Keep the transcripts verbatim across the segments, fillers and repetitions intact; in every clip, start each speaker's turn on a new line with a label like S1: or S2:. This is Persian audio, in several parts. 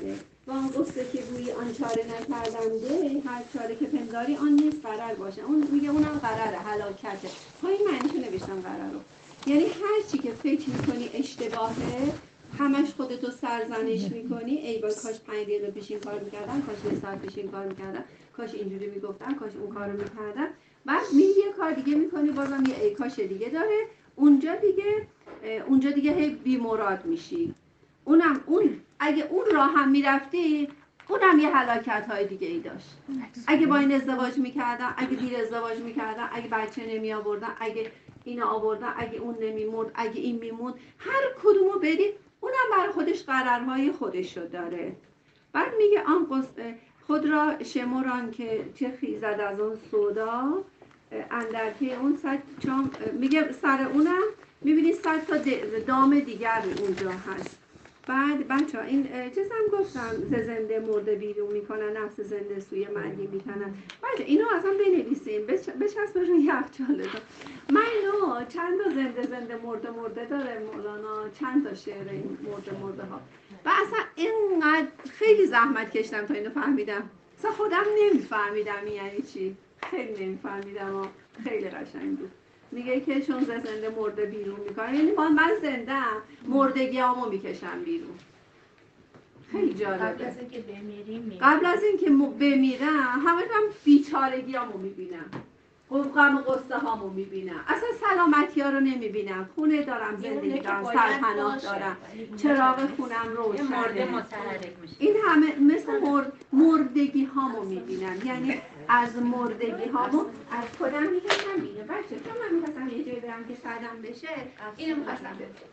S1: میگه وان قصه که گویی آن چاره نکردم ده، هر چاره که پنداری آن نیست قرار باشه. اون میگه اونم قراره، هلاکته. پایین معنیشو نوشتم قرار رو، یعنی هر چی که فکر میکنی اشتباهه، همش خودتو سرزنش میکنی، ای وای کاش پنج دقیقه پیش این کار میکردم، کاش یه ساعت پیش این کار میکردم، کاش اینجوری میگفتم، کاش اون کارو میکردم. بعد میری یه کار دیگه میکنی، بازم یه ای کاش دیگه داره. اونجا دیگه اونجا دیگه هی بی مراد میشی. اونم اون اگه اون راه هم میرفتی، اونم یه هلاکت های دیگه ای داشت. اگه با این ازدواج میکردم، اگه دیر ازدواج میکردم، اگه بچه نمی آوردن، اگه اینو آوردن، اگه اون نمیمرد، اگه این میموند، هر کدومو بری، اونم برای خودش قرارهای خودشو داره. بعد میگه آن قصه خود را شمران که چه خیزد از اون سودا، اندر پی اون صد چام، میگه سر اونم میبینی صد تا دام دیگر اونجا هست. بعد بچه ها این چیز هم گفتم، زنده مرده بیرون میکنن، نفس زنده سوی مرگی میکنن. بچه اینو اصلا بنویسیم، بچسبشون یخچاله. من اینو چند تا زنده زنده مرده مرده داره مولانا، چند تا شعر این مرده مرده ها، و اصلا اینقدر خیلی زحمت کشتم تا اینو فهمیدم. اصلا خودم نمیفهمیدم یعنی چی، خیلی نمیفهمیدم و خیلی قشنگ بود. میگه که چون زنده مرده بیرون میکنه، یعنی من زنده ام، مردگیامو میکشم بیرون. خیلی جالبه.
S2: قبل از اینکه بمیریم
S1: قبل از اینکه بمیرم همه هم بیچارگیامو میبینم، غم و غصه هامو میبینم، اصلا سلامتی ها رو نمیبینم. خونه دارم، زندگی دارم، سرپناه دارم، چراغ خونم روشنه، این همه مثل مرد، مردگی هامو میبینم. یعنی از مردگی هامو از خودم میکشم بیرون. بچه چون من میخواستم یه جایی برم که سردم بشه، اینو میخواستم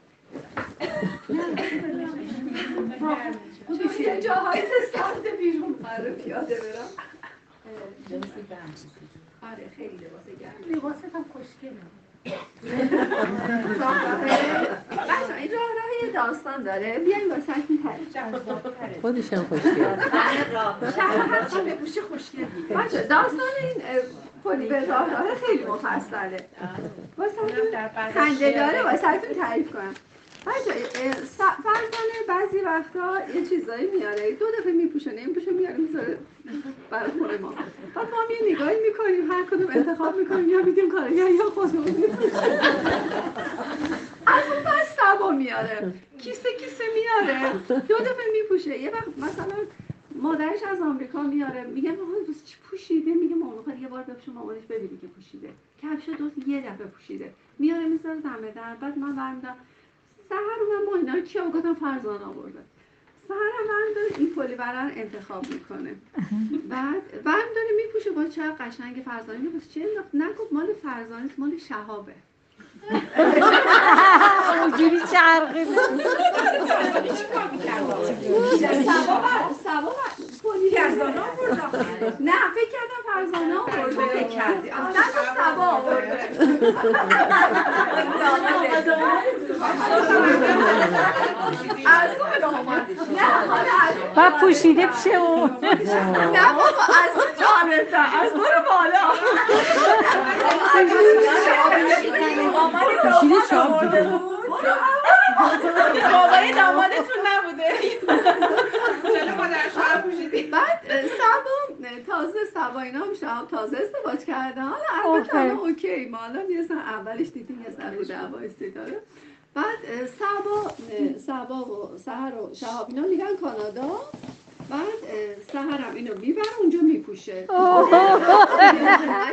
S1: چون یه جاهای سرد بیرون قرار پیاده برم. آره خیلی لباس گرم.
S2: لباست هم خوشگله.
S1: بچه این راه راه داستان داره، بیاییم واسه این تعریف.
S3: خودش هم خوشگله.
S1: شهر هر چی بپوشه خوشگله. بچه داستان این پلی به راه راه خیلی مفصله. واسه خنده داره، واسه تعریف کنم. بچه فرزانه بعضی وقتا یه چیزایی میاره، دو دفعه میپوشه نمیپوشه، میاره میذاره برای خونه ما. بعد ما یه نگاهی میکنیم، هر کدوم انتخاب میکنیم، یا میدیم کارگر یا خودمون میپوشه. از اون پس سبا میاره، کیسه کیسه میاره، دو دفعه میپوشه. یه وقت مثلا مادرش از آمریکا میاره، میگه مامان چی پوشیده؟ میگه مامان میخواد یه بار بپوشه مامانش ببینی که پوشیده. کفش دوست یه دفعه پوشیده، میاره میذاره دم در. بعد من برمیدارم سحر رو من با اینا چی آوردم؟ فرزانه آورده. سحر هم برمیداره این پلی برن انتخاب میکنه. بعد برمیداره میپوشه، با چه قشنگ فرزانه میپوشه. چه انداخت؟ نگفت مال فرزانه، مال شهابه.
S3: اونجوری چرخی
S1: سبا سبا پلی فرزانه آورده. نه فکر کردم فرزانه آورده. فکر کردی نه سبا آورده.
S3: و پوشیده پیش اون.
S1: نه بابا از اون جانبه، از برو بالا.
S3: پوشیده چهار
S4: بابای دامادتون نبوده. چرا مادر شوهر پوشیدی؟
S1: بعد سبا تازه سبا اینا هم شب تازه ازدواج کردن. حالا البته حالا اوکی، ما الان میرسن اولش دیدیم یه سر بود دعوایستی داره. بعد سبا سبا و سحر و شهاب اینا میرن کانادا. بعد سحر هم اینو میبره اونجا میپوشه.